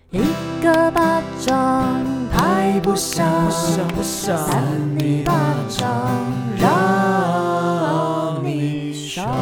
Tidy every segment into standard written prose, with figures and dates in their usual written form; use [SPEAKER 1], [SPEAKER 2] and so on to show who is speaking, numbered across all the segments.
[SPEAKER 1] 一个巴掌拍不响，扇你巴掌让你爽。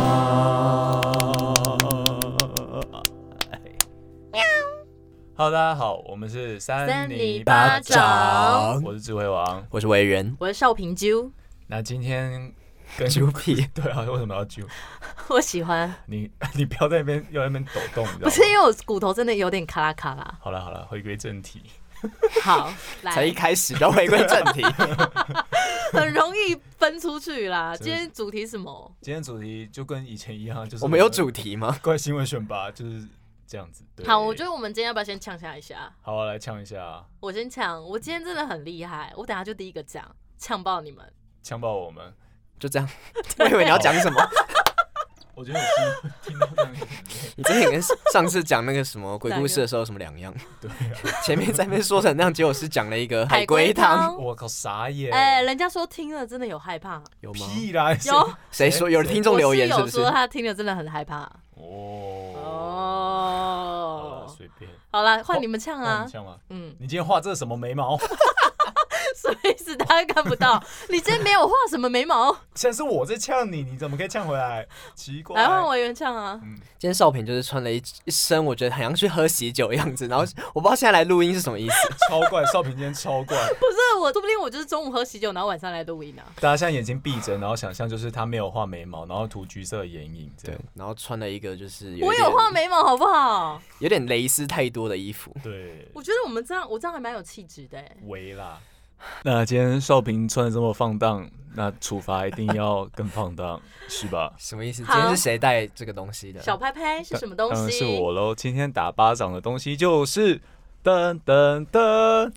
[SPEAKER 2] Hello， 大家好，我们是三
[SPEAKER 1] 尼
[SPEAKER 2] 巴
[SPEAKER 1] 掌，
[SPEAKER 2] 我是智慧王，
[SPEAKER 3] 我是维人，
[SPEAKER 1] 我是少平啾。
[SPEAKER 2] 那今天跟
[SPEAKER 3] 啾屁，
[SPEAKER 2] 对啊，为什么要啾？
[SPEAKER 1] 我喜欢
[SPEAKER 2] 你不要在那边抖动，你知道吗？
[SPEAKER 1] 不是因为我骨头真的有点卡拉卡拉。
[SPEAKER 2] 好了，回归正题。
[SPEAKER 1] 好，来，
[SPEAKER 3] 才一开始就回归正题，
[SPEAKER 1] 很容易分出去啦。今天主题是什么？
[SPEAKER 2] 今天主题就跟以前一样，就是
[SPEAKER 3] 我们有主题吗？
[SPEAKER 2] 怪新闻选拔就是这样子。
[SPEAKER 1] 好，我觉得我们今天要不要先呛下一下？
[SPEAKER 2] 好啊，来呛一下。
[SPEAKER 1] 我先呛，我今天真的很厉害，我等下就第一个讲，呛爆你们，
[SPEAKER 2] 呛爆我们，
[SPEAKER 3] 就这样。我以为你要讲什么。
[SPEAKER 2] 我觉得我听到这样，
[SPEAKER 3] 你之前跟上次讲那个什么鬼故事的时候有什么两样？
[SPEAKER 2] 对啊，
[SPEAKER 3] 前面在那边说成那样，结果是讲了一个海龟汤。
[SPEAKER 2] 我靠，傻眼！
[SPEAKER 1] 人家说听了真的有害怕，
[SPEAKER 3] 有吗？
[SPEAKER 2] 屁啦！
[SPEAKER 1] 有
[SPEAKER 3] 谁说？有听众留言是不是？
[SPEAKER 1] 我是有说他听了真的很害怕。
[SPEAKER 2] 随便。
[SPEAKER 1] 好啦，换你们呛啊！
[SPEAKER 2] 呛吗？你今天画这什么眉毛？
[SPEAKER 1] 什么意思？大家看不到。你今天没有画什么眉毛？
[SPEAKER 2] 现在是我在呛你，你怎么可以呛回来？奇怪。
[SPEAKER 1] 来换我原呛啊！
[SPEAKER 3] 今天少平就是穿了一身，我觉得很像去喝喜酒的样子，然后我不知道现在来录音是什么意思。
[SPEAKER 2] 超怪，少平今天超怪。
[SPEAKER 1] 不是我，说不定我就是中午喝喜酒，然后晚上来录音啊。
[SPEAKER 2] 大家现在眼睛闭着，然后想象就是他没有画眉毛，然后涂橘色的眼影，对，
[SPEAKER 3] 然后穿了一个就是
[SPEAKER 1] 我有画眉毛，好不好？
[SPEAKER 3] 有点蕾丝太多的衣服。
[SPEAKER 2] 对，
[SPEAKER 1] 我觉得我这样还蛮有气质的。
[SPEAKER 2] 微啦。那今天少平穿的这么放荡，那处罚一定要更放荡，是吧？
[SPEAKER 3] 什么意思？今天是谁带这个东西的？
[SPEAKER 1] 小拍拍是什么东西？
[SPEAKER 2] 当然是我喽。今天打巴掌的东西就是噔噔噔。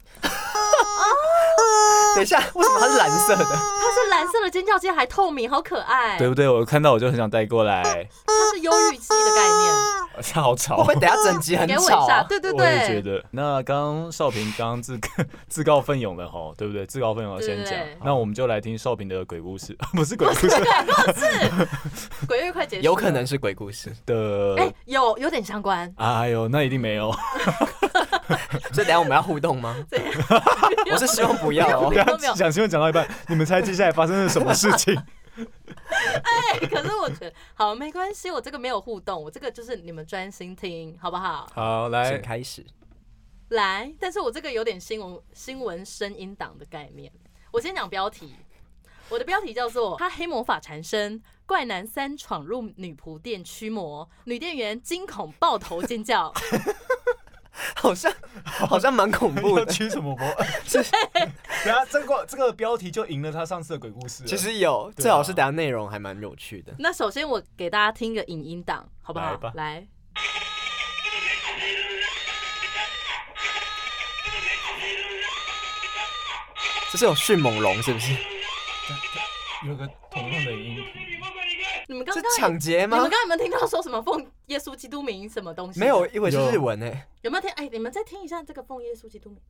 [SPEAKER 3] 等一下，为什么它是蓝色的？
[SPEAKER 1] 它是蓝色的尖叫鸡，还透明，好可爱。
[SPEAKER 2] 对不对？我看到我就很想带过来。
[SPEAKER 1] 它是忧郁鸡的概念。
[SPEAKER 2] 它好吵。
[SPEAKER 3] 会不会等一下整集很吵啊？
[SPEAKER 1] 对对对，
[SPEAKER 2] 我也觉得。那刚少平刚自告奋勇了吼，对不对？自告奋勇的先讲。那我们就来听少平的鬼故事，不是鬼故事，
[SPEAKER 1] 鬼月快结束了，
[SPEAKER 3] 有可能是鬼故事
[SPEAKER 2] 的。
[SPEAKER 1] 有点相关。
[SPEAKER 2] 哎呦，那一定没有。
[SPEAKER 3] 所以等一下我们要互动吗？我是希望不要哦。
[SPEAKER 2] 讲新闻讲到一半，你们猜接下来发生了什么事情？
[SPEAKER 1] 可是我觉得好没关系，我这个没有互动，我这个就是你们专心听，好不好？
[SPEAKER 2] 好，来，
[SPEAKER 3] 请开始。
[SPEAKER 1] 来，但是我这个有点新闻声音档的概念。我先讲标题，我的标题叫做"他黑魔法缠身，怪男3闯入女仆店驱魔，女店员惊恐爆头尖叫"。
[SPEAKER 3] 好像蛮恐怖的。
[SPEAKER 2] 驱什么魔？等下这个标题就赢了他上次的鬼故事。
[SPEAKER 3] 其实有，最好是等下内容还蛮有趣的。
[SPEAKER 1] 那首先我给大家听个影音档，好不好？来。
[SPEAKER 3] 这是有迅猛龙是不是？
[SPEAKER 2] 有个同样的音频。
[SPEAKER 1] 你们刚刚
[SPEAKER 3] 是抢劫吗？
[SPEAKER 1] 你们刚刚有没有听到说什么奉耶稣基督名什么东西？
[SPEAKER 3] 没有，以为是日文诶。
[SPEAKER 1] 有没有听？你们再听一下这个奉耶稣基督名。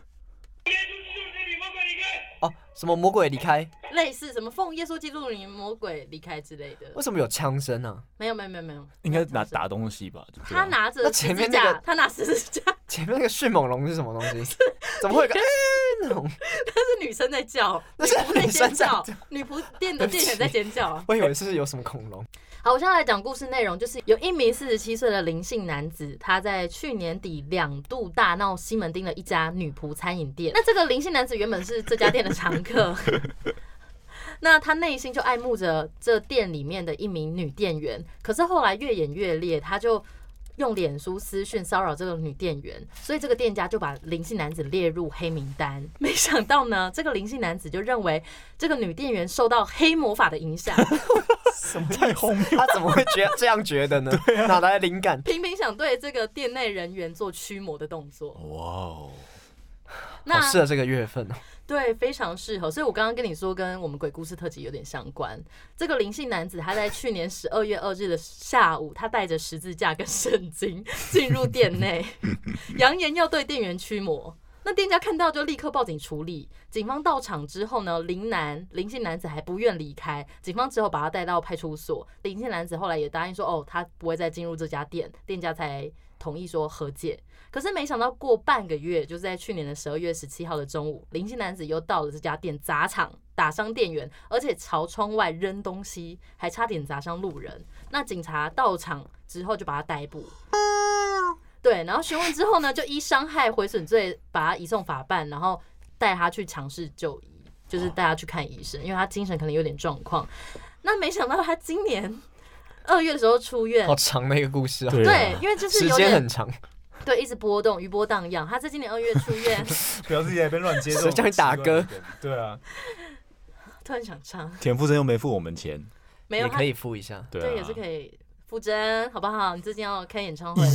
[SPEAKER 3] 哦，什么魔鬼离开？
[SPEAKER 1] 类似什么奉耶稣基督名魔鬼离开之类的。
[SPEAKER 3] 为什么有枪声啊？
[SPEAKER 1] 没有，
[SPEAKER 2] 应该打东西吧？
[SPEAKER 1] 他拿着十字架，他拿十字架。
[SPEAKER 3] 前面那个迅猛龙是什么东西？怎么会有个那种？
[SPEAKER 1] 那是女生在叫，
[SPEAKER 3] 那是女生在叫，
[SPEAKER 1] 女仆店的店员在尖叫。
[SPEAKER 3] 我以为是有什么恐龙。
[SPEAKER 1] 好，我现在来讲故事内容，就是有一名47岁的林姓男子，他在去年底2度大闹西门町的一家女仆餐饮店。那这个林姓男子原本是这家店的常客，那他内心就爱慕着这店里面的一名女店员，可是后来越演越烈，他就用脸书私讯骚扰这个女店员，所以这个店家就把林姓男子列入黑名单。没想到呢，这个林姓男子就认为这个女店员受到黑魔法的影响。
[SPEAKER 2] 什么太荒谬？
[SPEAKER 3] 他怎么会这样觉得呢？哪来的灵感？
[SPEAKER 1] 频频想对这个店内人员做驱魔的动作。
[SPEAKER 2] 哇哦，
[SPEAKER 3] 好适合这个月份哦。
[SPEAKER 1] 对，非常适合。所以我刚刚跟你说，跟我们鬼故事特辑有点相关。这个林姓男子，他在去年12月2日的下午，他带着十字架跟圣经进入店内，扬言要对店员驱魔。那店家看到就立刻报警处理。警方到场之后呢，林姓男子还不愿离开，警方只好把他带到派出所。林姓男子后来也答应说，他不会再进入这家店，店家才同意说和解。可是没想到过半个月，就是在去年的12月17号的中午，林姓男子又到了这家店砸场，打伤店员，而且朝窗外扔东西，还差点砸伤路人。那警察到场之后就把他逮捕。对，然后询问之后呢，就依伤害毁损罪把他移送法办，然后带他去尝试就医，就是带他去看医生，因为他精神可能有点状况。那没想到他今年2月的时候出院，
[SPEAKER 3] 好长的一个故事啊。
[SPEAKER 1] 对，因为就是有
[SPEAKER 3] 时
[SPEAKER 1] 点
[SPEAKER 3] 间很长。
[SPEAKER 1] 对，一直波动，余波荡漾。他在今年2月出院，
[SPEAKER 2] 不要自己在那边乱接
[SPEAKER 3] 谁叫你打歌？
[SPEAKER 2] 对啊，
[SPEAKER 1] 突然想唱，
[SPEAKER 2] 田馥甄又没付我们钱，
[SPEAKER 1] 没有
[SPEAKER 3] 也可以付一下。
[SPEAKER 2] 对，
[SPEAKER 1] 也是可以。馥甄，好不好？你最近要开演唱会了。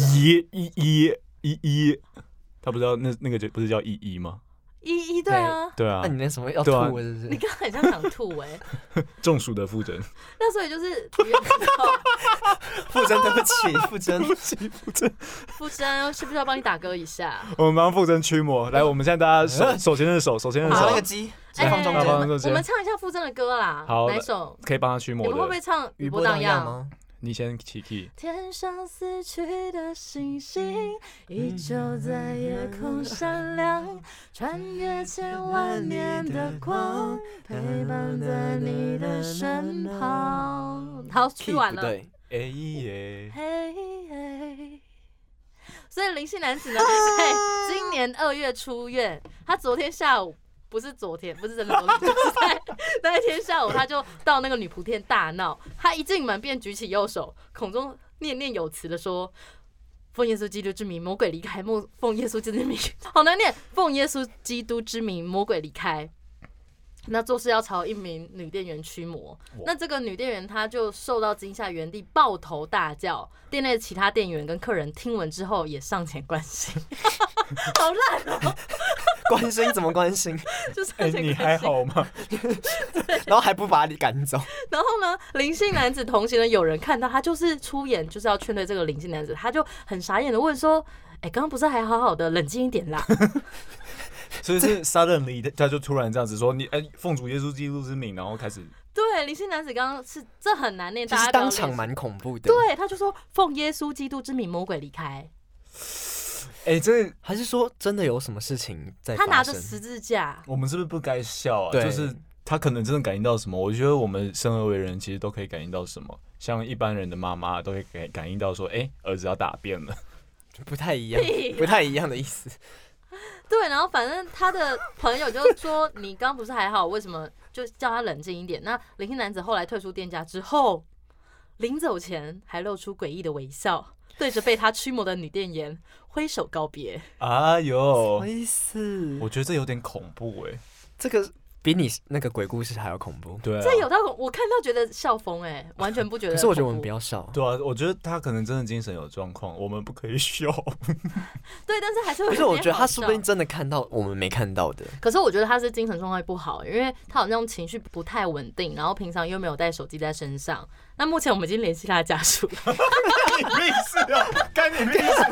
[SPEAKER 2] 他不知道那个不是叫依吗？
[SPEAKER 1] 依对啊，
[SPEAKER 2] 对啊。
[SPEAKER 3] 那你那什么要吐是不是？
[SPEAKER 1] 你刚刚很像想吐
[SPEAKER 2] 中暑的馥甄。
[SPEAKER 1] 那所以就是体院之后，
[SPEAKER 3] 馥甄对不起，馥甄，
[SPEAKER 1] 馥甄是不是要帮你打歌一下？
[SPEAKER 2] 我们帮馥甄驱魔。来，我们现在大家手牵着手，手牵着手。
[SPEAKER 3] 把那个鸡放中间。
[SPEAKER 1] 我们唱一下馥甄的歌啦。
[SPEAKER 2] 好，
[SPEAKER 1] 哪一首？
[SPEAKER 2] 可以帮他驱魔的。
[SPEAKER 1] 你们会不会唱《
[SPEAKER 3] 余
[SPEAKER 1] 波荡漾》
[SPEAKER 3] 吗？
[SPEAKER 2] 你先起 key。
[SPEAKER 1] 天上死去的星星，依旧在夜空闪亮，穿越千万年的光，陪伴在你的身旁。好，去完了。
[SPEAKER 3] 对，
[SPEAKER 1] 所以林姓男子呢，在今年2月出院。他昨天下午。不是昨天，不是真的昨天，就是在那一天下午，他就到那个女仆店大闹。他一进门便举起右手，口中念念有词的说：“奉耶稣基督之名，魔鬼离开！奉耶稣基督之名，好难念。奉耶稣基督之名，魔鬼离开。”那做事要朝一名女店员驱魔。那这个女店员她就受到惊吓，原地抱头大叫。店内的其他店员跟客人听闻之后也上前关心，好烂哦！
[SPEAKER 3] 关心怎么关心？
[SPEAKER 1] 就是你
[SPEAKER 2] 还好吗？
[SPEAKER 3] 然后还不把你赶走。
[SPEAKER 1] 然后呢，林姓男子同行的有人看到他就是出言，就是要劝退这个林姓男子，他就很傻眼的问说：“哎，刚刚不是还好好的，冷静一点啦。”
[SPEAKER 2] 所以是 suddenly 他就突然这样子说：“你奉主耶稣基督之名，然后开始。”
[SPEAKER 1] 对，林姓男子刚刚是这很难念，大家
[SPEAKER 3] 当场蛮恐怖的。
[SPEAKER 1] 对，他就说：“奉耶稣基督之名，魔鬼离开。”
[SPEAKER 2] 这
[SPEAKER 3] 还是说真的有什么事情在发生？
[SPEAKER 1] 他拿着十字架，
[SPEAKER 2] 我们是不是不该笑啊？就是他可能真的感应到什么？我觉得我们生而为人，其实都可以感应到什么。像一般人的妈妈都会感应到说：“儿子要大便了。”
[SPEAKER 3] 不太一样，不太一样的意思。
[SPEAKER 1] 对，然后反正他的朋友就说：“你刚不是还好，为什么就叫他冷静一点？”那林姓男子后来退出店家之后，临走前还露出诡异的微笑，对着被他驱魔的女店员挥手告别。
[SPEAKER 2] 哎呦，
[SPEAKER 3] 什么意思？
[SPEAKER 2] 我觉得这有点恐怖
[SPEAKER 3] 这个比你那个鬼故事还要恐怖。
[SPEAKER 2] 对啊，
[SPEAKER 1] 这有到我看到觉得笑疯完全不觉得。
[SPEAKER 3] 可是我觉得我们不要笑。
[SPEAKER 2] 对啊，我觉得他可能真的精神有状况，我们不可以笑。
[SPEAKER 1] 对，但是还是会。
[SPEAKER 3] 可是我觉得他说不定真的看到我们没看到的。
[SPEAKER 1] 可是我觉得他是精神状态不好，因为他好像情绪不太稳定，然后平常又没有带手机在身上。那目前我们已经联系他的家属了。
[SPEAKER 2] 干你屁事啊！干你屁事！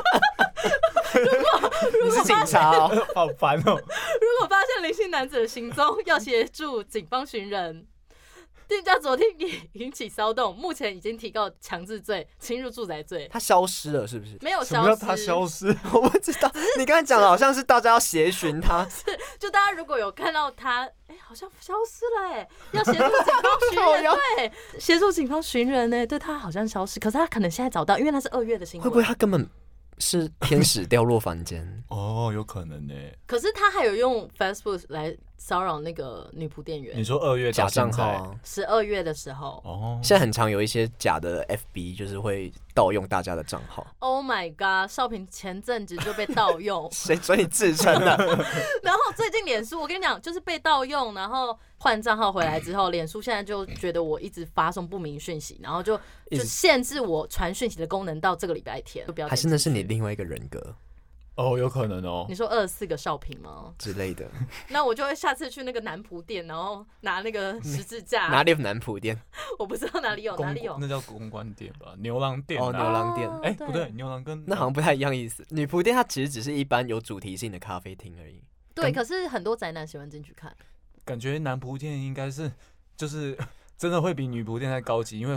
[SPEAKER 3] 你是警察哦，
[SPEAKER 2] 好烦哦。
[SPEAKER 1] 如果发现林姓男子的行踪，要协助警方寻人。店家昨天也引起骚动，目前已经提告强制罪、侵入住宅罪。
[SPEAKER 3] 他消失了是不是？
[SPEAKER 1] 没有消失。
[SPEAKER 2] 什么叫他消失？
[SPEAKER 3] 我不知道。你刚才讲的好像是大家要协寻他，
[SPEAKER 1] 是就大家如果有看到他，好像消失了要协助警方寻人，对，协助警方寻人对他好像消失，可是他可能现在找到，因为那是2月的新闻。
[SPEAKER 3] 会不会他根本是天使掉落凡间？
[SPEAKER 2] 哦，有可能
[SPEAKER 1] 可是他还有用 Facebook 来骚扰那个女仆店员。
[SPEAKER 2] 你说2月
[SPEAKER 3] 假账号啊
[SPEAKER 1] ？12月的时候。
[SPEAKER 2] 哦，
[SPEAKER 3] 现在很常有一些假的 FB， 就是会盗用大家的账号。
[SPEAKER 1] Oh my god！ 少平前阵子就被盗用，
[SPEAKER 3] 谁准你自称的？
[SPEAKER 1] 然后最近脸书，我跟你讲，就是被盗用，然后换账号回来之后，脸书现在就觉得我一直发送不明讯息，然后就限制我传讯息的功能到这个礼拜天，就不要。
[SPEAKER 3] 还是那是你另外一个人格？
[SPEAKER 2] 哦，有可能哦。
[SPEAKER 1] 你说24个少平吗？
[SPEAKER 3] 之类的。
[SPEAKER 1] 那我就会下次去那个男仆店，然后拿那个十字架。
[SPEAKER 3] 哪里有男仆店？
[SPEAKER 1] 我不知道哪里有，哪里有？
[SPEAKER 2] 那叫公关店吧，牛郎店。
[SPEAKER 3] 哦，牛郎店。
[SPEAKER 2] 不对，牛郎跟
[SPEAKER 3] 那好像不太一样意思。女仆店它其实只是一般有主题性的咖啡厅而已。
[SPEAKER 1] 对，可是很多宅男喜欢进去看。
[SPEAKER 2] 感觉男仆店应该是就是真的会比女仆店再高级，因为会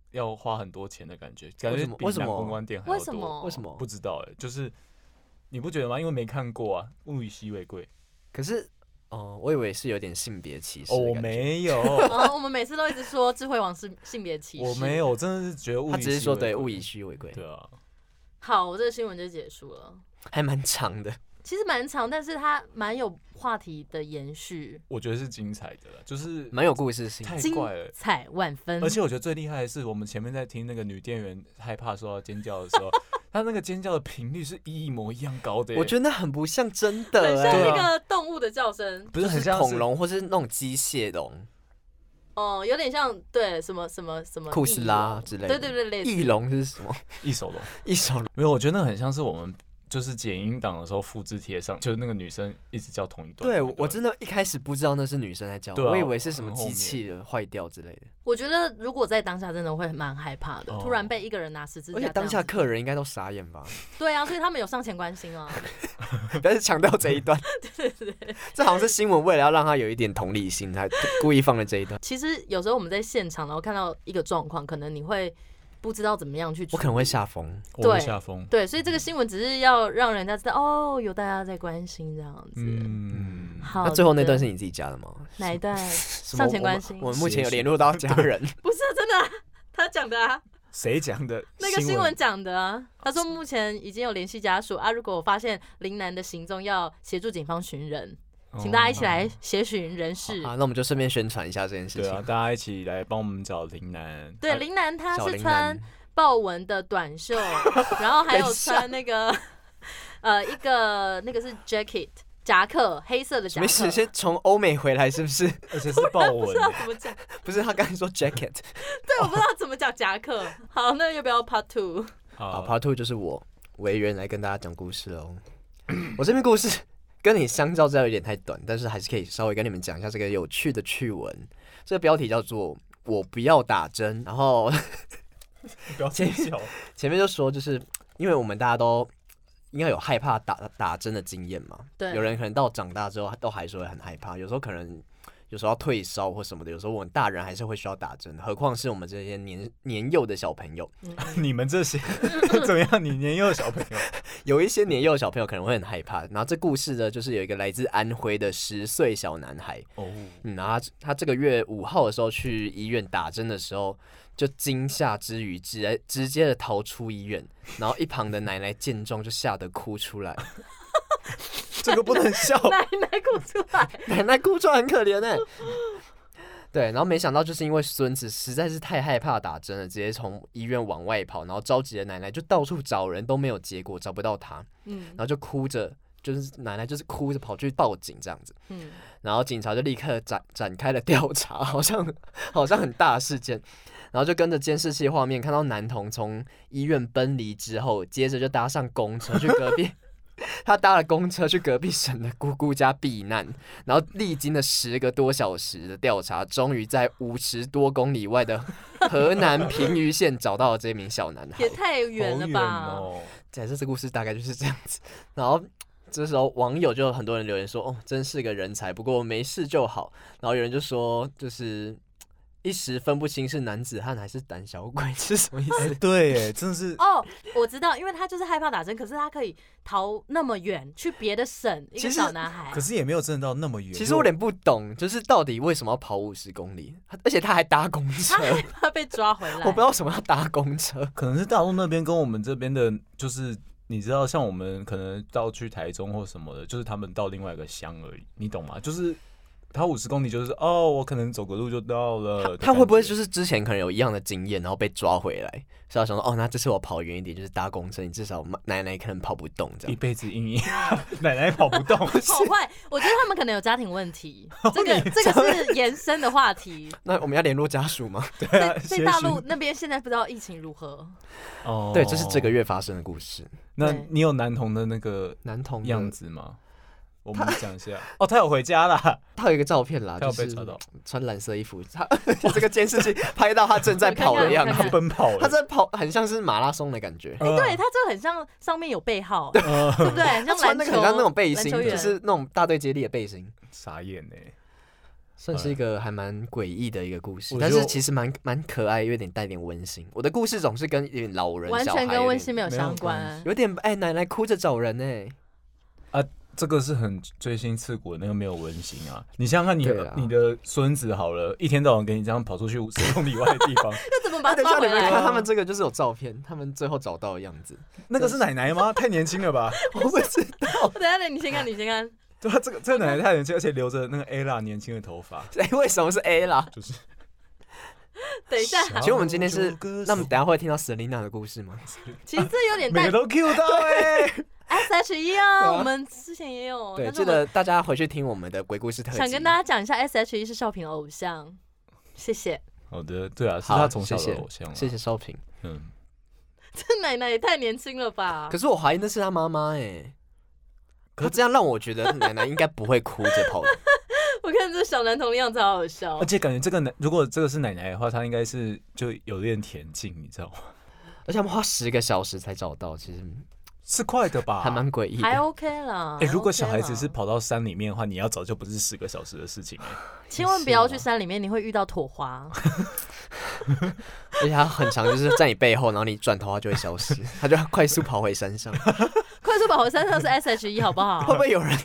[SPEAKER 2] 要花很多钱的感觉，感觉比男公关店还要多。
[SPEAKER 3] 为什么？
[SPEAKER 2] 不知道就是你不觉得吗？因为没看过啊，物以稀为贵。
[SPEAKER 3] 可是我以为是有点性别歧视。
[SPEAKER 2] 我没有。
[SPEAKER 1] 我们每次都一直说智慧王是性别歧视。
[SPEAKER 2] 我没有，我真的是觉得物以稀为贵。
[SPEAKER 3] 他只是说对物以稀为贵。
[SPEAKER 2] 对啊。
[SPEAKER 1] 好，我这个新闻就结束了。
[SPEAKER 3] 还蛮长的。
[SPEAKER 1] 其实蛮长，但是它蛮有话题的延续。
[SPEAKER 2] 我觉得是精彩的，就是
[SPEAKER 3] 蛮有故事性，
[SPEAKER 2] 太怪了，
[SPEAKER 1] 精彩万分。
[SPEAKER 2] 而且我觉得最厉害的是，我们前面在听那个女店员害怕说要尖叫的时候，她那个尖叫的频率是一模一样高的。
[SPEAKER 3] 我觉得那很不像真的，
[SPEAKER 1] 很像那个动物的叫声，
[SPEAKER 2] 不是很像
[SPEAKER 3] 恐龙或是那种机械龙。
[SPEAKER 1] 有点像对什么
[SPEAKER 3] 库斯拉之类的。
[SPEAKER 1] 对，类似。
[SPEAKER 3] 翼龙是什么？
[SPEAKER 2] 翼手龙。
[SPEAKER 3] 翼手龙
[SPEAKER 2] 没有，我觉得那很像是我们。就是剪音档的时候复制贴上，就是那个女生一直叫同一段。
[SPEAKER 3] 对，我真的一开始不知道那是女生在叫，我以为是什么机器的坏掉之类的。
[SPEAKER 1] 我觉得如果在当下真的会蛮害怕的，突然被一个人拿十字架，
[SPEAKER 3] 而且当下客人应该都傻眼吧？
[SPEAKER 1] 对啊，所以他们有上前关心啊。
[SPEAKER 3] 不要强调这一段。
[SPEAKER 1] 对，
[SPEAKER 3] 这好像是新闻为了要让他有一点同理心，才故意放了这一段。
[SPEAKER 1] 其实有时候我们在现场，然后看到一个状况，可能你会。不知道怎么样去处理，
[SPEAKER 3] 我可能会下风，
[SPEAKER 2] 我会下风。
[SPEAKER 1] 对，所以这个新闻只是要让人家知道，有大家在关心这样子。好。
[SPEAKER 3] 那最后那段是你自己加的吗？
[SPEAKER 1] 哪一段？上前关心。
[SPEAKER 3] 我们目前有联络到家人。
[SPEAKER 1] 不是真的，他讲的啊。
[SPEAKER 2] 谁讲的？
[SPEAKER 1] 那个新闻讲的啊。他说目前已经有联系家属啊，如果我发现林男的行踪，要协助警方寻人。请大家一起来协寻人士。
[SPEAKER 3] 好，那我们就顺便宣传一下这件事情。
[SPEAKER 2] 对啊，大家一起来帮我们找林男。
[SPEAKER 1] 对，林男他是穿豹纹的短袖，然后还有穿那个一个那个是 jacket 夹克，黑色的夹克。
[SPEAKER 3] 没事，先从欧美回来是不是？
[SPEAKER 2] 而且是豹纹。
[SPEAKER 1] 不知道怎么讲。
[SPEAKER 3] 不是，他刚才说 jacket。
[SPEAKER 1] 对，我不知道怎么讲夹克。好，那要不要 Part 2？
[SPEAKER 3] 好 ，Part 2就是我维园来跟大家讲故事喽。我这边故事。跟你相较之下有点太短，但是还是可以稍微跟你们讲一下这个有趣的趣闻。这个标题叫做“我不要打针”，然后
[SPEAKER 2] 不要见笑。
[SPEAKER 3] 前面就说，就是因为我们大家都应该有害怕打针的经验嘛。
[SPEAKER 1] 对。
[SPEAKER 3] 有人可能到长大之后都还是会很害怕，有时候可能有时候要退烧或什么的，有时候我们大人还是会需要打针，何况是我们这些年幼的小朋友。
[SPEAKER 2] 你们这些怎么样？你年幼的小朋友，
[SPEAKER 3] 有一些年幼的小朋友可能会很害怕。然后这故事呢，就是有一个来自安徽的10岁小男孩。然后他这个月5号的时候去医院打针的时候，就惊吓之余直接的逃出医院，然后一旁的奶奶见状就吓得哭出来。这个不能笑，
[SPEAKER 1] 奶奶哭出来，
[SPEAKER 3] 奶奶哭出来很可怜哎。对，然后没想到就是因为孙子实在是太害怕打针了，直接从医院往外跑，然后着急的奶奶就到处找人都没有结果，找不到他，然后就哭着，就是奶奶就是哭着跑去报警这样子，然后警察就立刻展开了调查，好像很大的事件，然后就跟着监视器画面看到男童从医院奔离之后，接着就搭上公车去隔壁。他搭了公车去隔壁省的姑姑家避难，然后历经了10个多小时的调查，终于在50多公里外的河南平舆县找到了这名小男孩。
[SPEAKER 1] 也太远了吧！
[SPEAKER 3] 假设这故事大概就是这样子。然后这时候网友就有很多人留言说：“哦，真是个人才，不过没事就好。”然后有人就说：“就是一时分不清是男子汉还是胆小鬼，是什么意思？”
[SPEAKER 2] 对，真的是
[SPEAKER 1] 我知道，因为他就是害怕打针，可是他可以逃那么远去别的省，一个小男孩，
[SPEAKER 2] 可是也没有真的到那么远。
[SPEAKER 3] 其实我有点不懂，就是到底为什么要跑50公里，而且他还搭公车，
[SPEAKER 1] 他害怕被抓回来。
[SPEAKER 3] 我不知道为什么要搭公车，
[SPEAKER 2] 可能是大陆那边跟我们这边的，就是你知道，像我们可能到去台中或什么的，就是他们到另外一个乡而已，你懂吗？就是他50公里就是我可能走个路就到了。
[SPEAKER 3] 他会不会就是之前可能有一样的经验，然后被抓回来，所以他想说那这次我跑远一点，就是搭公车，你至少奶奶可能跑不动这样。
[SPEAKER 2] 一辈子阴影，奶奶跑不动。好
[SPEAKER 1] 坏，我觉得他们可能有家庭问题，这个是延伸的话题。
[SPEAKER 3] 那我们要联络家属吗？
[SPEAKER 2] 对啊，
[SPEAKER 1] 在大陆那边现在不知道疫情如何。
[SPEAKER 3] 对，这是这个月发生的故事。
[SPEAKER 2] 那你有男童的那个样子吗？我们讲一下他有回家啦，
[SPEAKER 3] 他有一个照片啦，就是穿蓝色衣服，他这个监视器拍到他正在跑的样子，
[SPEAKER 2] 他奔跑，
[SPEAKER 3] 他在跑，很像是马拉松的感觉。
[SPEAKER 1] 对，他这个很像上面有背号，对不对？很像篮球，
[SPEAKER 3] 穿那个很像那种背心，就是那种大队接力的背心。
[SPEAKER 2] 傻眼欸。
[SPEAKER 3] 算是一个还蛮诡异的一个故事，
[SPEAKER 2] 我觉得
[SPEAKER 3] 但是其实蛮可爱，有点带点温馨。我的故事总是跟有点老人、
[SPEAKER 1] 完
[SPEAKER 3] 小孩
[SPEAKER 1] 全跟温馨没有
[SPEAKER 2] 没有
[SPEAKER 1] 相
[SPEAKER 2] 关
[SPEAKER 1] 关。
[SPEAKER 3] 有点奶奶哭着找人
[SPEAKER 2] 这个是很锥心刺骨的，那个没有温馨啊！你想想看你的孙子好了，一天到晚给你这样跑出去50公里外的地方，
[SPEAKER 1] 那怎么把他
[SPEAKER 3] 等一下你们
[SPEAKER 1] 抓回来？
[SPEAKER 3] 看他们这个就是有照片，他们最后找到的样子。
[SPEAKER 2] 那个是奶奶吗？太年轻了吧！
[SPEAKER 3] 我不知道，
[SPEAKER 1] 等一下，你先看，你先看。
[SPEAKER 2] 对啊，这个奶奶太年轻，而且留着那个 Ella 年轻的头发，
[SPEAKER 3] 为什么是 A 啦？
[SPEAKER 2] 就是
[SPEAKER 1] 等一下，
[SPEAKER 3] 其实我们今天是，那我们等一下会听到 Selina 的故事吗？
[SPEAKER 1] 其实这有点带
[SPEAKER 2] 每个都 Q 到
[SPEAKER 1] SHE 啊，我们之前也有。
[SPEAKER 3] 对，记得大家回去听我们的鬼故事特辑。
[SPEAKER 1] 想跟大家讲一下 SHE 是少平的偶像，谢谢。
[SPEAKER 2] 好的，对啊，是他从小的偶像。
[SPEAKER 3] 谢谢少平。
[SPEAKER 1] 这奶奶也太年轻了吧？
[SPEAKER 3] 可是我怀疑那是他妈妈可是这样让我觉得奶奶应该不会哭着跑的。
[SPEAKER 1] 我看这小男童的样子好好笑，
[SPEAKER 2] 而且感觉这个如果这个是奶奶的话，她应该是就有点田径，你知道吗？
[SPEAKER 3] 而且他们花10个小时才找到，其实
[SPEAKER 2] 是快的吧？
[SPEAKER 3] 还蛮诡异的。
[SPEAKER 1] 还 OK 啦。
[SPEAKER 2] 如果小孩子是跑到山里面的话，你要找就不是10个小时的事情
[SPEAKER 1] 千万不要去山里面，你会遇到妥花。
[SPEAKER 3] 而且它很长，就是在你背后，然后你转头它就会消失，它就快速跑回山上。
[SPEAKER 1] 快速跑回山上是 SHE 好不好？
[SPEAKER 3] 会不会有人？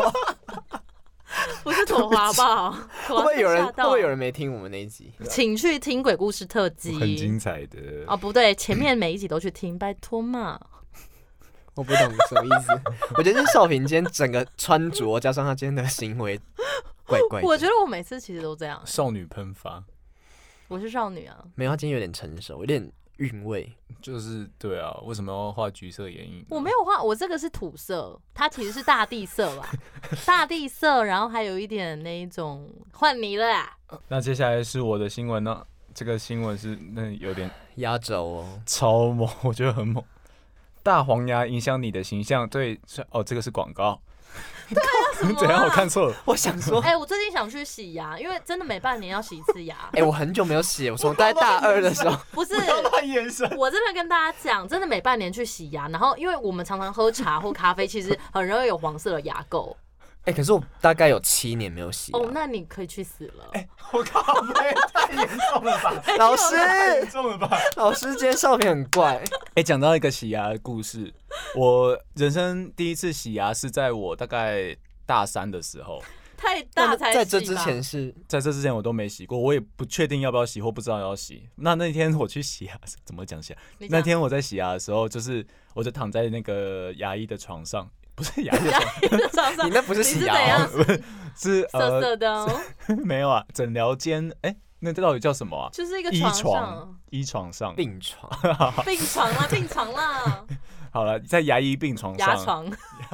[SPEAKER 1] 不是妥华吧？
[SPEAKER 3] 会不会有人没听我们那一集？
[SPEAKER 1] 请去听鬼故事特辑，
[SPEAKER 2] 很精彩的
[SPEAKER 1] 哦。不对，前面每一集都去听，拜托嘛。
[SPEAKER 3] 我不懂什么意思。我觉得是少平今天整个穿着加上他今天的行为，怪怪的。
[SPEAKER 1] 我觉得我每次其实都这样。
[SPEAKER 2] 少女喷发，
[SPEAKER 1] 我是少女啊。
[SPEAKER 3] 没有，他今天有点成熟，有点韵味。
[SPEAKER 2] 就是对啊，为什么要画橘色眼影？
[SPEAKER 1] 我没有画，我这个是土色，它其实是大地色吧，大地色，然后还有一点那一种换泥了啦。
[SPEAKER 2] 那接下来是我的新闻呢？这个新闻是有点
[SPEAKER 3] 压轴
[SPEAKER 2] 超猛，我觉得很猛。大黄牙影响你的形象，对这个是广告。
[SPEAKER 1] 对啊，什么啊？
[SPEAKER 2] 怎样？我看错了。
[SPEAKER 3] 我想说，
[SPEAKER 1] 我最近想去洗牙，因为真的每半年要洗一次牙。
[SPEAKER 3] 我很久没有洗，我从大概大2的时候。
[SPEAKER 1] 不是，
[SPEAKER 2] 眼神。
[SPEAKER 1] 我真的跟大家讲，真的每半年去洗牙，然后因为我们常常喝茶或咖啡，其实很容易有黄色的牙垢。
[SPEAKER 3] 可是我大概有7年没有洗。
[SPEAKER 1] 那你可以去死了。
[SPEAKER 2] 我靠，太严重了吧？
[SPEAKER 3] 老师，
[SPEAKER 2] 太严重了吧？
[SPEAKER 3] 老师，今天少平很怪。
[SPEAKER 2] 讲到一个洗牙的故事，我人生第一次洗牙是在我大概大3的时候。
[SPEAKER 1] 太大才洗吧。
[SPEAKER 3] 在这之前
[SPEAKER 2] 在这之前我都没洗过，我也不确定要不要洗或不知道要洗。那天我去洗牙，怎么讲起来？那天我在洗牙的时候，我就躺在那个牙医的床上。不是牙医的
[SPEAKER 1] 床上，
[SPEAKER 3] 你那不是洗牙，
[SPEAKER 2] 是
[SPEAKER 1] 色色的
[SPEAKER 2] 没有啊，诊疗间，那到底叫什么啊？
[SPEAKER 1] 就是一个
[SPEAKER 2] 医床上，
[SPEAKER 3] 病床
[SPEAKER 1] 啦。
[SPEAKER 2] 好了，在牙医病床上，
[SPEAKER 1] 牙床。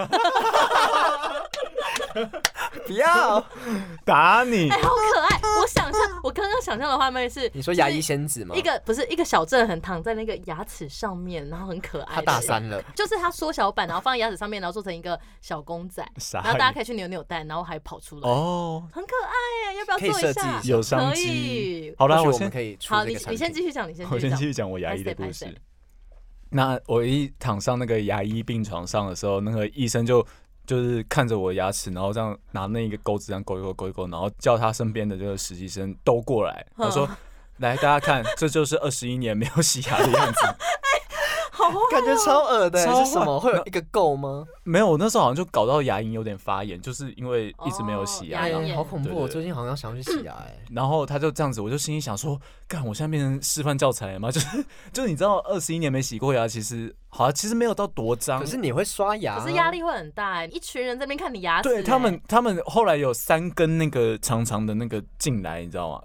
[SPEAKER 3] 不要
[SPEAKER 2] 打你！
[SPEAKER 1] 好可爱！我刚刚想象的画面是，
[SPEAKER 3] 你说牙医仙子吗？
[SPEAKER 1] 不是一个小正很躺在那个牙齿上面，然后很可爱。
[SPEAKER 3] 他大3了，
[SPEAKER 1] 就是他缩小版，然后放在牙齿上面，然后做成一个小公仔，然后大家可以去扭扭蛋，然后还跑出来。很可爱耶！要不要做一下？
[SPEAKER 2] 有商机。好了，
[SPEAKER 3] 我们可以出这个产品。
[SPEAKER 1] 你先继续讲，
[SPEAKER 2] 我先继续讲我牙医的故事。那我一躺上那个牙医病床上的时候，那个医生就是看着我的牙齿，然后这样拿那一个钩子这样勾一勾，然后叫他身边的这个实习生都过来，他说：“来，大家看，这就是21年没有洗牙的样子。”
[SPEAKER 3] 感觉超恶的，是什么？会有一个垢吗？
[SPEAKER 2] 没有，我那时候好像就搞到牙龈有点发炎，就是因为一直没有洗牙。
[SPEAKER 3] 好恐怖！我最近好像想要去洗牙
[SPEAKER 2] 然后他就这样子，我就心里想说：“干，我现在变成示范教材了吗？”就是你知道，21年没洗过牙，其实没有到多脏。
[SPEAKER 3] 可是你会刷牙，
[SPEAKER 1] 可是压力会很大一群人这边看你牙齿。
[SPEAKER 2] 对他们后来有3根那个长长的那个进来，你知道吗？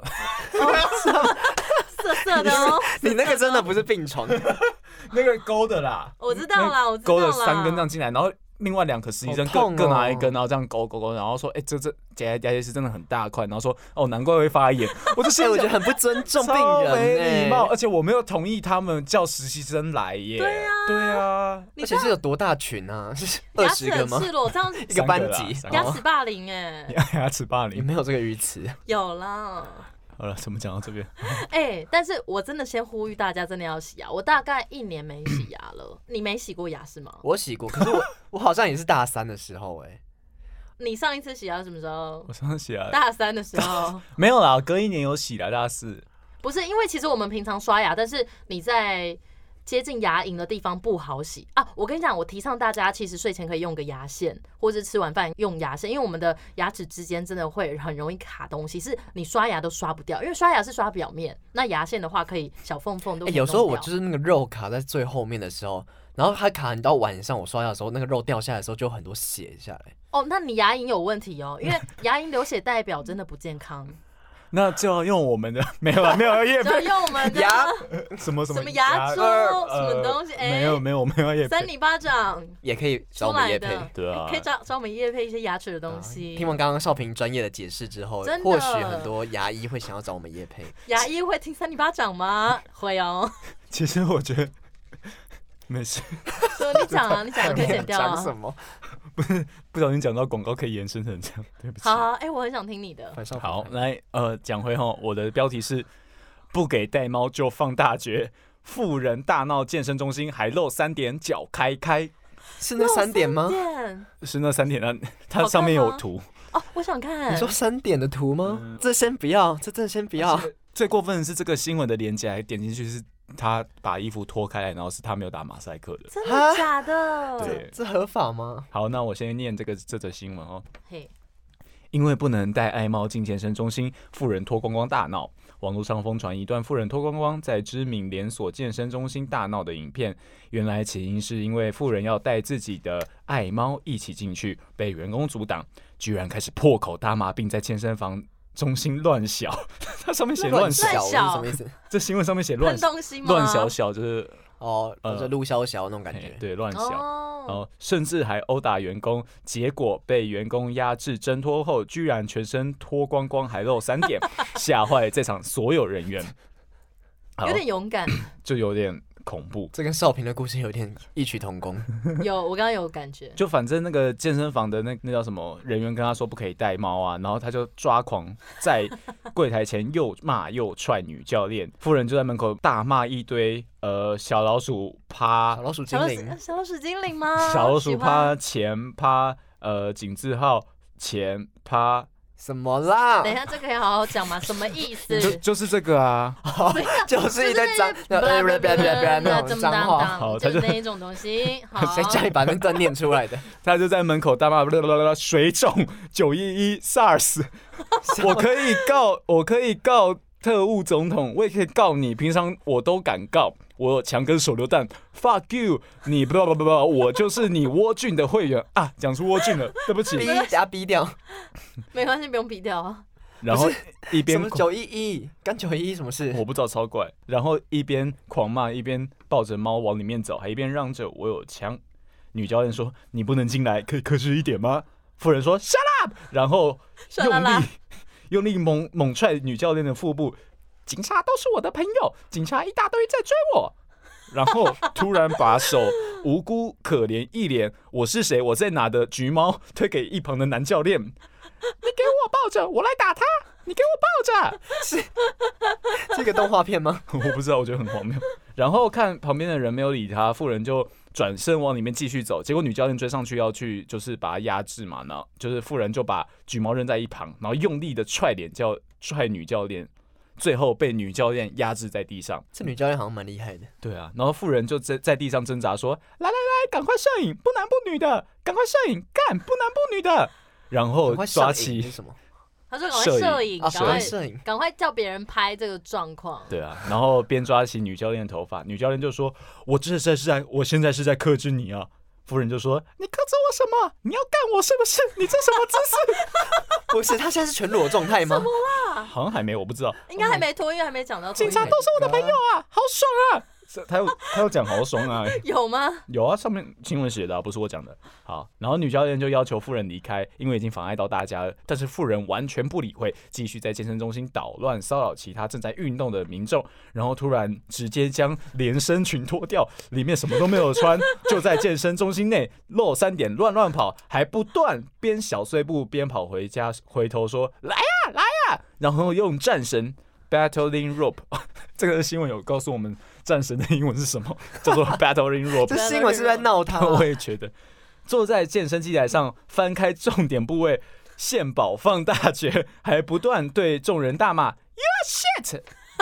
[SPEAKER 1] 色色的哦，
[SPEAKER 3] 你那个真的不是病床。
[SPEAKER 2] 那个勾的啦，
[SPEAKER 1] 我知道啦，
[SPEAKER 2] 勾了3根这样进来，然后另外2个实习生各拿一根，然后这样勾，然后说，这牙结石真的很大块，然后说，难怪会发炎，我就我
[SPEAKER 3] 觉得很不尊重病人，
[SPEAKER 2] 没礼貌，而且我没有同意他们叫实习生来耶，对啊，
[SPEAKER 3] 而且是有多大群啊？是20个吗？
[SPEAKER 1] 赤裸这样
[SPEAKER 3] 一个班级，
[SPEAKER 1] 牙齿霸凌
[SPEAKER 2] 牙齿霸凌，
[SPEAKER 3] 也没有这个语词，
[SPEAKER 1] 有啦。
[SPEAKER 2] 好了，怎么讲到这边？
[SPEAKER 1] 但是我真的先呼吁大家，真的要洗牙。我大概1年没洗牙了。你没洗过牙是吗？
[SPEAKER 3] 我洗过，可是我好像也是大3的时候
[SPEAKER 1] 你上一次洗牙什么时候
[SPEAKER 2] 我？上次洗牙
[SPEAKER 1] 大3的时候。
[SPEAKER 2] 没有啦，隔1年有洗啦，大4。
[SPEAKER 1] 不是，因为其实我们平常刷牙，但是你在接近牙龈的地方不好洗啊。我跟你讲，我提倡大家其实睡前可以用个牙线，或者吃完饭用牙线，因为我们的牙齿之间真的会很容易卡东西，是你刷牙都刷不掉。因为刷牙是刷表面，那牙线的话可以小缝缝都可以弄掉。
[SPEAKER 3] 有时候我就是那个肉卡在最后面的时候，然后它卡你到晚上我刷牙的时候，那个肉掉下来的时候就有很多血下来。
[SPEAKER 1] 哦，那你牙龈有问题哦，因为牙龈流血代表真的不健康。
[SPEAKER 2] 那就要用我们的没有啊，没有业
[SPEAKER 1] 就
[SPEAKER 2] 配
[SPEAKER 1] 用我们的
[SPEAKER 3] 牙
[SPEAKER 2] 什么
[SPEAKER 1] 牙珠什么东西？
[SPEAKER 2] 没有没有，我没有业配。
[SPEAKER 1] 扇你巴掌
[SPEAKER 3] 也可以找我
[SPEAKER 1] 出来
[SPEAKER 3] 们业配。
[SPEAKER 1] 的，
[SPEAKER 2] 对啊
[SPEAKER 1] 可以找我们业配一些牙齿的东西。
[SPEAKER 3] 听完刚刚少平专业的解释之后，
[SPEAKER 1] 真的
[SPEAKER 3] 或许很多牙医会想要找我们业配。
[SPEAKER 1] 牙医会听扇你巴掌吗？会哦。
[SPEAKER 2] 其实我觉得没事，
[SPEAKER 1] 所以你讲啊，你讲可以剪掉啊。
[SPEAKER 3] 讲什么？
[SPEAKER 2] 不小心讲到广告可以延伸成这样，对不起。
[SPEAKER 1] 好好，我很想听你的。
[SPEAKER 2] 好，来讲回吼，我的标题是不给带猫就放大绝，富人大闹健身中心还露3点脚开开，
[SPEAKER 3] 是那3点吗？
[SPEAKER 2] 是那3点啊，它上面有图
[SPEAKER 1] 哦，我想看。
[SPEAKER 3] 你说3点的图吗？这先不要，这真的先不要。
[SPEAKER 2] 最过分的是这个新闻的连接，还点进去是他把衣服脱开来，然后是他没有打马赛克的，
[SPEAKER 1] 真的假的？
[SPEAKER 2] 对，
[SPEAKER 3] 这合法吗？
[SPEAKER 2] 好，那我先念这则新闻哦。
[SPEAKER 1] 嘿，
[SPEAKER 2] 因为不能带爱猫进健身中心，富人脱光光大闹。网络上疯传一段富人脱光光在知名连锁健身中心大闹的影片。原来起因是因为富人要带自己的爱猫一起进去，被员工阻挡，居然开始破口大骂，并在健身房中心乱小。它上面写乱小
[SPEAKER 3] 是什么意思？
[SPEAKER 2] 这新闻上面写乱
[SPEAKER 1] 东西吗？
[SPEAKER 2] 乱小小就是
[SPEAKER 3] 就陆小小那种感觉。
[SPEAKER 2] 对，乱小。然后甚至还殴打员工，结果被员工压制挣脱后，居然全身脱光光，还露3点，吓坏在场所有人员。
[SPEAKER 1] 有点勇敢，
[SPEAKER 2] 就有点恐怖。
[SPEAKER 3] 这跟少平的故事有点异曲同工。
[SPEAKER 1] 我刚刚有感觉。
[SPEAKER 2] 就反正那个健身房的那叫什么人员跟他说不可以带猫啊，然后他就抓狂在柜台前又骂又踹女教练，富人就在门口大骂一堆小老鼠趴
[SPEAKER 3] 小老鼠精灵，
[SPEAKER 1] 小老鼠精灵吗？
[SPEAKER 2] 小老鼠趴前趴井字号前趴。
[SPEAKER 3] 什么啦？
[SPEAKER 1] 等一下，这个可以好好讲吗？什么意思？
[SPEAKER 2] 就是这个啊，
[SPEAKER 3] 就是一堆脏那种脏话，
[SPEAKER 1] 好，就是那一种东西。
[SPEAKER 3] 谁叫你把那段念出来的？
[SPEAKER 2] 他就在门口大骂水肿911 SARS， 我可以告特务总统，我也可以告你，平常我都敢告。我有枪跟手榴弹 ，fuck you！ 你不，我就是你蜗苣的会员啊！讲出蜗苣了，对不起。
[SPEAKER 3] 逼掉，
[SPEAKER 1] 没关系，不用逼掉啊。
[SPEAKER 2] 然后一边
[SPEAKER 3] 什么911干911什么事？
[SPEAKER 2] 我不知道，超怪。然后一边狂骂，一边抱着猫往里面走，还一边嚷着我有枪。女教练说：“你不能进来，可以克制一点吗？”夫人说 ：“Shut up！” 然后用力猛踹女教练的腹部。警察都是我的朋友，警察一大堆在追我。然后突然把手无辜可怜一脸我是谁我在哪的橘猫推给一旁的男教练，你给我抱着，我来打他，你给我抱着。
[SPEAKER 3] 是这个动画片吗？
[SPEAKER 2] 我不知道，我觉得很荒谬。然后看旁边的人没有理他，富人就转身往里面继续走，结果女教练追上去要去就是把他压制嘛，然后就是富人就把橘猫扔在一旁，然后用力的踹女教练。最后被女教练压制在地上。
[SPEAKER 3] 这女教练好像蛮厉害的。
[SPEAKER 2] 对啊，然后富人就在地上挣扎说：“来，赶快摄影，不男不女的，赶快摄影，干不男不女的。”然后抓起
[SPEAKER 3] 什么？
[SPEAKER 1] 他说：“赶快摄影，赶快叫别人拍这个状况。”
[SPEAKER 2] 对啊，然后边抓起女教练的头发，女教练就说：“我现在是在克制你啊。”夫人就说：“你克制我什么？你要干我是不是？你这什么姿势？”
[SPEAKER 3] 不是，他现在是全裸状态吗？
[SPEAKER 1] 什么啦？
[SPEAKER 2] 好像还没，我不知道，
[SPEAKER 1] 应该还没脱，因为还没讲到。
[SPEAKER 2] 警察都是我的朋友啊，好爽啊！他有讲好爽啊？
[SPEAKER 1] 有吗？
[SPEAKER 2] 有啊，上面新闻写的、啊，不是我讲的。好，然后女教练就要求富人离开，因为已经妨碍到大家了。但是富人完全不理会，继续在健身中心捣乱，骚扰其他正在运动的民众。然后突然直接将连身裙脱掉，里面什么都没有穿，就在健身中心内露3点乱跑，还不断边小碎步边跑回家，回头说来呀，然后用战神 battling rope 这个新闻有告诉我们战神的英文是什么，叫做 battling rope。
[SPEAKER 3] 这新闻是在闹他、
[SPEAKER 2] 我也觉得。 坐在健身机台上，翻开重点部位，献宝放大拳，还不断对众人大骂 "You shit"。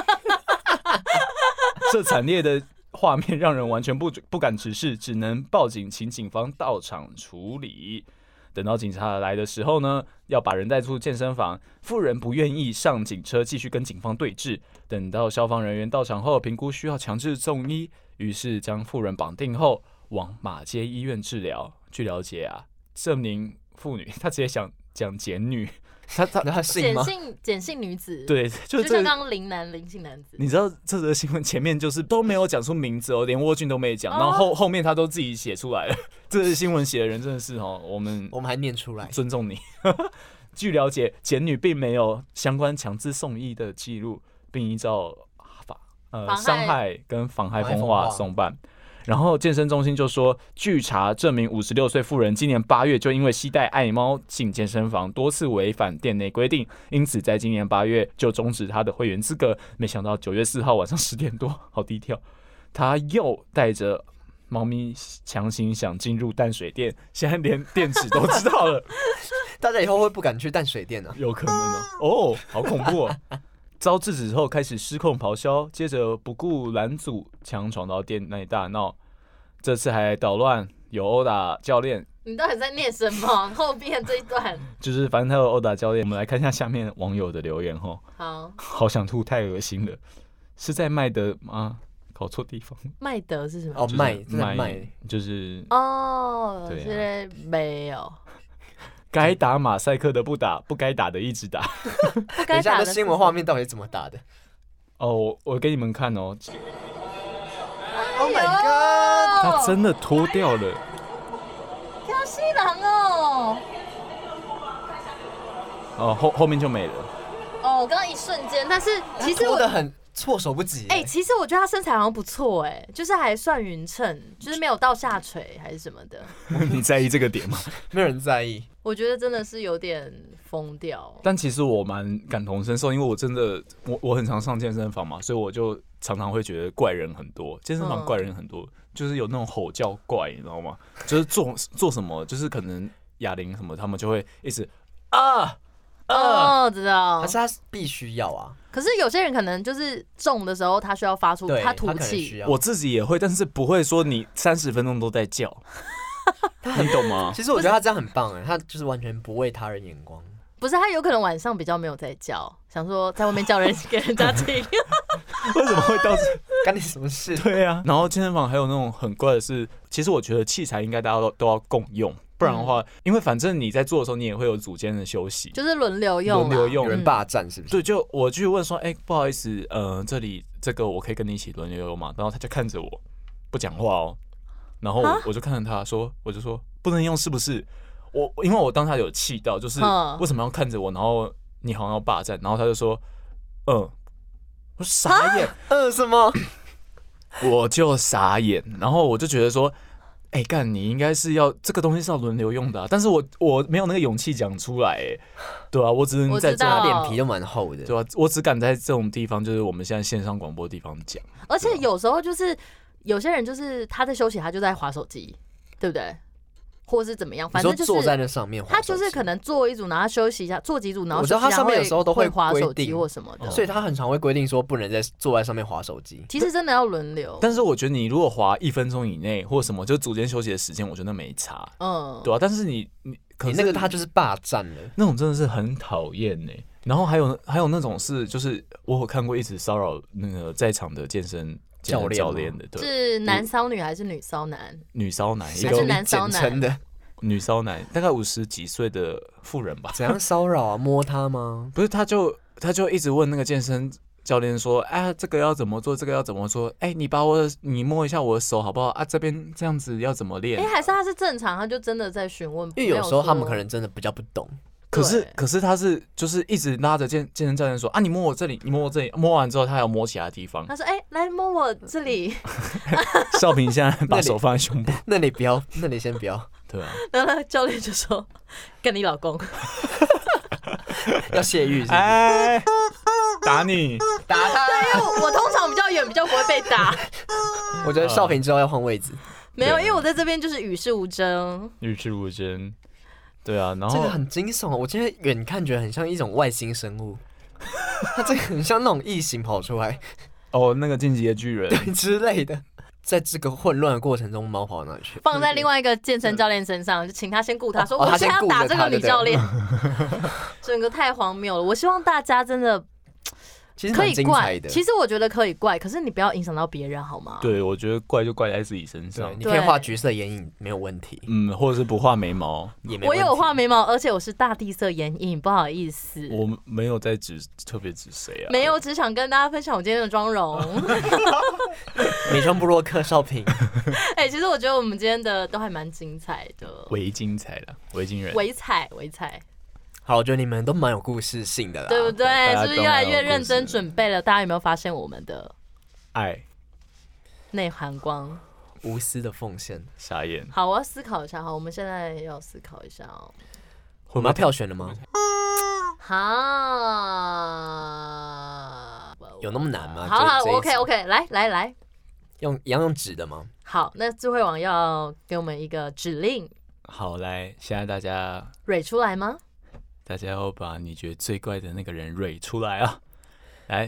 [SPEAKER 2] 这惨烈的画面让人完全不敢直视，只能报警，请警方到场处理。等到警察来的时候呢，要把人带出健身房，妇人不愿意上警车，继续跟警方对峙。等到消防人员到场后，评估需要强制送医，于是将妇人绑定后往马街医院治疗。据了解啊，这名妇女她直接想讲简女。
[SPEAKER 3] 他姓吗？
[SPEAKER 1] 简姓女子，
[SPEAKER 2] 对，
[SPEAKER 1] 就像刚刚林姓男子。
[SPEAKER 2] 你知道这则新闻前面就是都没有讲出名字哦，连沃俊都没讲，然后后面他都自己写出来了。这则新闻写的人真的是哦，我们
[SPEAKER 3] 还念出来，
[SPEAKER 2] 尊重你。据了解，简女并没有相关强制送医的记录，并依照伤害跟妨害风化送办。然后健身中心就说，据查，这名56岁妇人今年8月就因为携带爱猫进健身房，多次违反店内规定，因此在今年8月就终止她的会员资格。没想到9月4号晚上10点多，好低调，她又带着猫咪强行想进入淡水店，现在连店址都知道了。
[SPEAKER 3] 大家以后会不敢去淡水店啊？
[SPEAKER 2] 有可能哦，好恐怖哦！遭制止后开始失控咆哮，接着不顾拦阻，强闯到店内大闹。这次还捣乱，有殴打教练。
[SPEAKER 1] 你到底在念什么？后边这一段
[SPEAKER 2] 就是反正他有殴打教练。我们来看一下下面网友的留言吼。好想吐，太恶心了。是在麦德吗？搞错地方。
[SPEAKER 1] 麦德是什么？
[SPEAKER 3] 哦，麦
[SPEAKER 2] 就是
[SPEAKER 1] 哦，
[SPEAKER 2] 对啊，
[SPEAKER 1] 现在没有。
[SPEAKER 2] 该打马赛克的不打，不该打的一直打。
[SPEAKER 1] 不该打的
[SPEAKER 3] 新闻画面到底怎么打的？
[SPEAKER 2] 哦，我给你们看哦。
[SPEAKER 3] Oh my god！
[SPEAKER 2] 他真的脱掉了。
[SPEAKER 1] 挑戏郎哦。
[SPEAKER 2] 哦，后面就没了。
[SPEAKER 1] 哦，刚刚一瞬间，但是其实
[SPEAKER 3] 脱得很措手不及。
[SPEAKER 1] 其实我觉得他身材好像不错，就是还算匀称，就是没有到下垂还是什么的。
[SPEAKER 2] 你在意这个点吗？
[SPEAKER 3] 没有人在意。
[SPEAKER 1] 我觉得真的是有点疯掉。
[SPEAKER 2] 但其实我蛮感同身受，因为我真的我很常上健身房嘛，所以我就常常会觉得怪人很多，健身房怪人很多，就是有那种吼叫怪，你知道吗？就是做什么，就是可能哑铃什么，他们就会一直
[SPEAKER 1] 知道。
[SPEAKER 3] 可是他必须要啊。
[SPEAKER 1] 可是有些人可能就是重的时候，他需要发出他吐气。
[SPEAKER 2] 我自己也会，但是不会说你30分钟都在叫。你懂吗？
[SPEAKER 3] 其实我觉得他这样很棒他就是完全不为他人眼光。
[SPEAKER 1] 不是，他有可能晚上比较没有在叫，想说在外面叫人给人家听。
[SPEAKER 2] 为什么会到这？
[SPEAKER 3] 干你什么事？
[SPEAKER 2] 对啊。然后健身房还有那种很怪的是，其实我觉得器材应该大家都要共用，不然的话，因为反正你在做的时候，你也会有组间的休息，
[SPEAKER 1] 就是轮流用，
[SPEAKER 3] 有人霸占是不是？
[SPEAKER 2] 对，就我去问说，不好意思，这里这个我可以跟你一起轮流用吗？然后他就看着我，不讲话哦。然后我就看着他说，我就说不能用是不是？因为我当下有气到，就是为什么要看着我，然后你好像要霸占，然后他就说，我傻眼，
[SPEAKER 3] 什么？
[SPEAKER 2] 我就傻眼，然后我就觉得说，干，你应该是要这个东西是要轮流用的但是我没有那个勇气讲出来，对啊，我只能在这
[SPEAKER 3] 脸皮都蛮厚的，
[SPEAKER 2] 对啊，我只敢在这种地方，就是我们现在线上广播的地方讲，
[SPEAKER 1] 而且有时候就是有些人就是他在休息，他就在滑手机，对不对？或是怎么样，反正就是
[SPEAKER 3] 坐在那上面，
[SPEAKER 1] 他就是可能坐一组，然后休息一下，坐几组，然后
[SPEAKER 3] 我知道他上面有时候都
[SPEAKER 1] 会滑手机或什么的，
[SPEAKER 3] 所以他很常会规定说不能坐在上面滑手机。
[SPEAKER 1] 其实真的要轮流，
[SPEAKER 2] 但是我觉得你如果滑1分钟以内或什么，就组间休息的时间，我觉得没差，对啊。但是你
[SPEAKER 3] 那个他就是霸占了，
[SPEAKER 2] 那种真的是很讨厌呢。然后还有那种是，就是我有看过一直骚扰那个在场的健身教练的，对，
[SPEAKER 1] 是男骚女还是女骚男？
[SPEAKER 2] 女骚男，
[SPEAKER 1] 还是男骚男
[SPEAKER 3] 的
[SPEAKER 2] 女骚男，大概50几岁的妇人吧。
[SPEAKER 3] 怎样骚扰啊？摸他吗？
[SPEAKER 2] 不是，他就一直问那个健身教练说，这个要怎么做？这个要怎么做？你摸一下我的手好不好啊？这边这样子要怎么练？
[SPEAKER 1] 还是他是正常，他就真的在询问。
[SPEAKER 3] 因为有时候他们可能真的比较不懂。
[SPEAKER 2] 可是他是就是一直拉着健身教练说你摸我这里，你摸我这里，摸完之后他还要摸其他地方。
[SPEAKER 1] 他说来摸我这里。
[SPEAKER 2] 少平现在把手放在胸部，
[SPEAKER 3] 那里先不要。对啊。
[SPEAKER 1] 然后那个教练就说跟你老公
[SPEAKER 3] 要泄欲是不是？
[SPEAKER 2] 打你，
[SPEAKER 1] 打他。对，因为我通常比较远，比较不会被打。
[SPEAKER 3] 我觉得少平之后要换位置。
[SPEAKER 1] 没有，因为我在这边就是与世无争。
[SPEAKER 2] 与世无争。对啊，然后
[SPEAKER 3] 这个很惊悚，我今天远看觉得很像一种外星生物，它这个很像那种异形跑出来
[SPEAKER 2] 哦，那个进击的巨人
[SPEAKER 3] 对之类的。在这个混乱的过程中，猫跑到哪里去？
[SPEAKER 1] 放在另外一个健身教练身上，就请他先顾他，说
[SPEAKER 3] 哦
[SPEAKER 1] 我现在要打这个女教练，
[SPEAKER 3] 他
[SPEAKER 1] 整个太荒谬了。我希望大家真的
[SPEAKER 3] 其实
[SPEAKER 1] 可以
[SPEAKER 3] 蛮精彩
[SPEAKER 1] 怪，
[SPEAKER 3] 的。
[SPEAKER 1] 其实我觉得可以怪，可是你不要影响到别人好吗？
[SPEAKER 2] 对，我觉得怪就怪在自己身上
[SPEAKER 3] 对，。你可以画橘色眼影没有问题，
[SPEAKER 2] 或者是不画眉毛，
[SPEAKER 3] 也没问题。
[SPEAKER 1] 我有画眉毛，而且我是大地色眼影，不好意思。
[SPEAKER 2] 我没有在特别指谁啊。
[SPEAKER 1] 没有，只想跟大家分享我今天的妆容。
[SPEAKER 3] 美妆部落客少平，
[SPEAKER 1] 其实我觉得我们今天的都还蛮精彩的，
[SPEAKER 2] 微精彩啦，微精人。
[SPEAKER 1] 微彩。
[SPEAKER 3] 好，我觉得你们都蛮有故事性的啦，
[SPEAKER 1] 对不对？
[SPEAKER 2] 大家
[SPEAKER 1] 是不是越来越认真准备了？大家有没有发现我们的
[SPEAKER 2] 爱
[SPEAKER 1] 内涵光？
[SPEAKER 3] 无私的奉献。
[SPEAKER 2] 傻眼。
[SPEAKER 1] 好，我要思考一下。好，我们现在要思考一下哦。
[SPEAKER 3] 我们要票选了吗？
[SPEAKER 1] 好，
[SPEAKER 3] 有那么难吗？
[SPEAKER 1] 好
[SPEAKER 3] 这一集
[SPEAKER 1] ，OK，来，
[SPEAKER 3] 一样用纸的吗？
[SPEAKER 1] 好，那智慧网要给我们一个指令，
[SPEAKER 2] 好，来，现在大家
[SPEAKER 1] 蕊出来吗？
[SPEAKER 2] 要把你觉得最怪的那个人蕊出来啊！来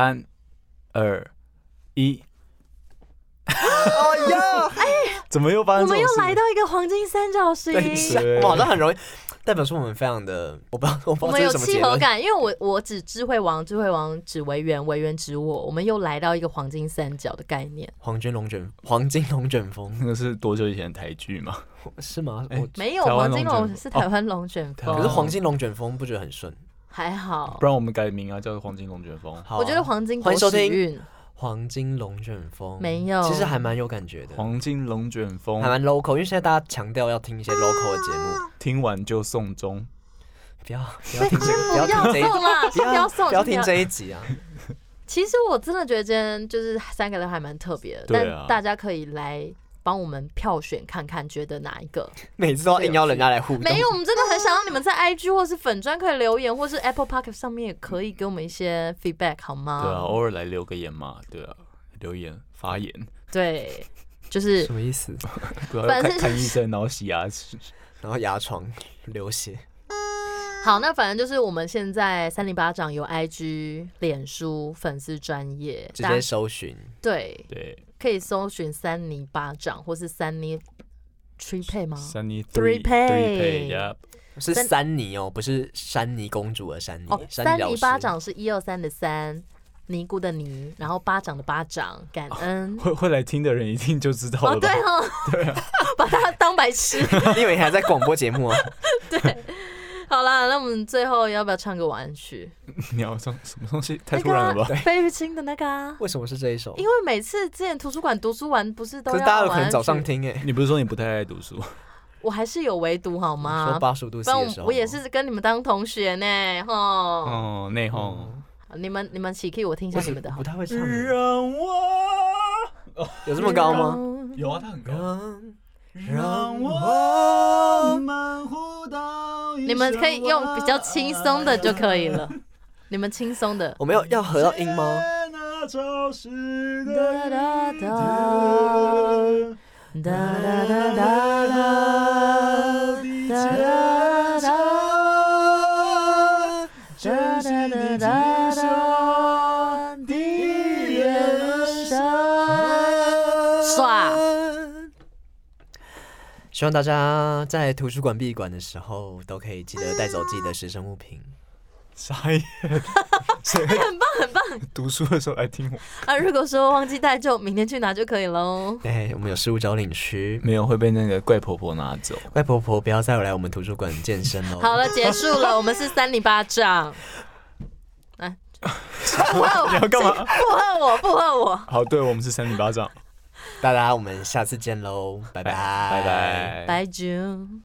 [SPEAKER 2] ，3、2、1。
[SPEAKER 3] 哦呀！
[SPEAKER 2] 怎么又发生
[SPEAKER 1] 我们
[SPEAKER 2] 这种事？
[SPEAKER 1] 又来到一个黄金三角形，
[SPEAKER 2] 对
[SPEAKER 3] 我们好像很容易，代表说我们非常的，我不知道
[SPEAKER 1] 我们有
[SPEAKER 3] 这是什么结论。
[SPEAKER 1] 契合感，因为我指智慧王，智慧王指维园，维园指我，我们又来到一个黄金三角的概念。
[SPEAKER 3] 黄金龙卷风
[SPEAKER 2] 那个是多久以前的台剧吗？
[SPEAKER 3] 是吗？
[SPEAKER 1] 没有
[SPEAKER 2] 台湾
[SPEAKER 1] 黄金龙
[SPEAKER 2] 龙卷风
[SPEAKER 1] 是台湾龙卷风，
[SPEAKER 3] 可是黄金龙卷风不觉得很顺？
[SPEAKER 1] 还好
[SPEAKER 2] 不。然我们改名啊，叫黄金龙卷风。
[SPEAKER 3] 好啊
[SPEAKER 1] 我觉得黄金狗
[SPEAKER 3] 欢迎收听
[SPEAKER 1] 屎运
[SPEAKER 3] 黄金龙卷风
[SPEAKER 1] 没有
[SPEAKER 3] 其实还蛮有感觉的，
[SPEAKER 2] 黄金龙卷风
[SPEAKER 3] 还蛮 local，因为现在大家强调要听一些 local 的节目，
[SPEAKER 2] 听完就送终。
[SPEAKER 3] 不要听这个，不要听这一
[SPEAKER 1] 送啦，先不要送，
[SPEAKER 3] 不要听
[SPEAKER 1] 先
[SPEAKER 3] 这一集啊！
[SPEAKER 1] 其实我真的觉得今天就是3个都还蛮特别的，
[SPEAKER 2] 对啊
[SPEAKER 1] 但大家可以来帮我们票选看看，觉得哪一个？
[SPEAKER 3] 每次都要硬要人家来互动，
[SPEAKER 1] 没有，我们真的很想让你们在 IG 或是粉专可以留言，或是 Apple Podcast 上面也可以给我们一些 feedback 好吗？
[SPEAKER 2] 对啊，偶尔来留个言嘛。对啊，留言发言。
[SPEAKER 1] 对，就是
[SPEAKER 3] 什么意思？
[SPEAKER 2] 不要
[SPEAKER 1] 反正
[SPEAKER 2] 看医生，然后洗牙齿。
[SPEAKER 3] 然后牙床流血，
[SPEAKER 1] 好，那反正就是我们现在308长有 IG、脸书粉丝专业，
[SPEAKER 3] 直接搜寻。
[SPEAKER 1] 对，
[SPEAKER 2] 对，
[SPEAKER 1] 可以搜寻3尼巴掌或是3尼 Tree Pay 吗？
[SPEAKER 2] Sunny
[SPEAKER 1] Three Pay
[SPEAKER 2] Yep。
[SPEAKER 3] 是珊妮哦，不是珊妮公主的珊妮。
[SPEAKER 1] 哦，3
[SPEAKER 3] 珊妮老师
[SPEAKER 1] 尼巴掌是123的3，尼姑的尼，然后巴掌的巴掌，感恩。
[SPEAKER 2] 会来听的人一定就知道
[SPEAKER 1] 哦，
[SPEAKER 2] 了吧？
[SPEAKER 1] 对哦，对啊，把他当白痴。
[SPEAKER 3] 你以为你还在广播节目啊？
[SPEAKER 1] 对，好啦，那我们最后要不要唱个晚安曲？
[SPEAKER 2] 你要唱什么东西？太突然了吧？
[SPEAKER 1] 费玉清的那个啊。
[SPEAKER 3] 为什么是这一首？
[SPEAKER 1] 因为每次之前图书馆读书完不是都要
[SPEAKER 3] 可是大家有可
[SPEAKER 1] 晚安曲
[SPEAKER 3] 能早上，听哎，
[SPEAKER 2] 你不是说你不太爱读书？
[SPEAKER 1] 我还是有围读好吗？
[SPEAKER 3] 说85度 C
[SPEAKER 1] 不然
[SPEAKER 3] 的时候，
[SPEAKER 1] 我也是跟你们当同学呢，吼。
[SPEAKER 2] 哦，内讧。
[SPEAKER 1] 你们起 key，我听一下你们的好
[SPEAKER 3] 不。太会唱，
[SPEAKER 2] 让我
[SPEAKER 3] 有这么高吗？
[SPEAKER 2] 有啊，他很高。
[SPEAKER 3] 让
[SPEAKER 2] 我满乎到
[SPEAKER 1] 你们可以用比较轻松的就可以了。你们轻松的。
[SPEAKER 3] 我们要合到音吗？
[SPEAKER 1] 哒哒哒哒哒哒哒哒哒耍。
[SPEAKER 3] 希望大家在图书馆闭馆的时候，都可以记得带走自己的随身物品。
[SPEAKER 2] 傻眼，谁会
[SPEAKER 1] 很棒很棒
[SPEAKER 2] 读书的时候来听我？
[SPEAKER 1] 啊！如果说忘记带就明天去拿就可以喽。
[SPEAKER 3] 对，我们有事务招领区，
[SPEAKER 2] 没有会被那个怪婆婆拿走。
[SPEAKER 3] 外婆婆不要再来我们图书馆健身喽。
[SPEAKER 1] 好了，结束了，我们是3尼巴掌。来，
[SPEAKER 2] 你要干嘛？
[SPEAKER 1] 附和我。
[SPEAKER 2] 好，对，我们是3尼巴掌。
[SPEAKER 3] 大家我们下次见喽，拜拜，
[SPEAKER 2] 拜拜。
[SPEAKER 1] 拜 June。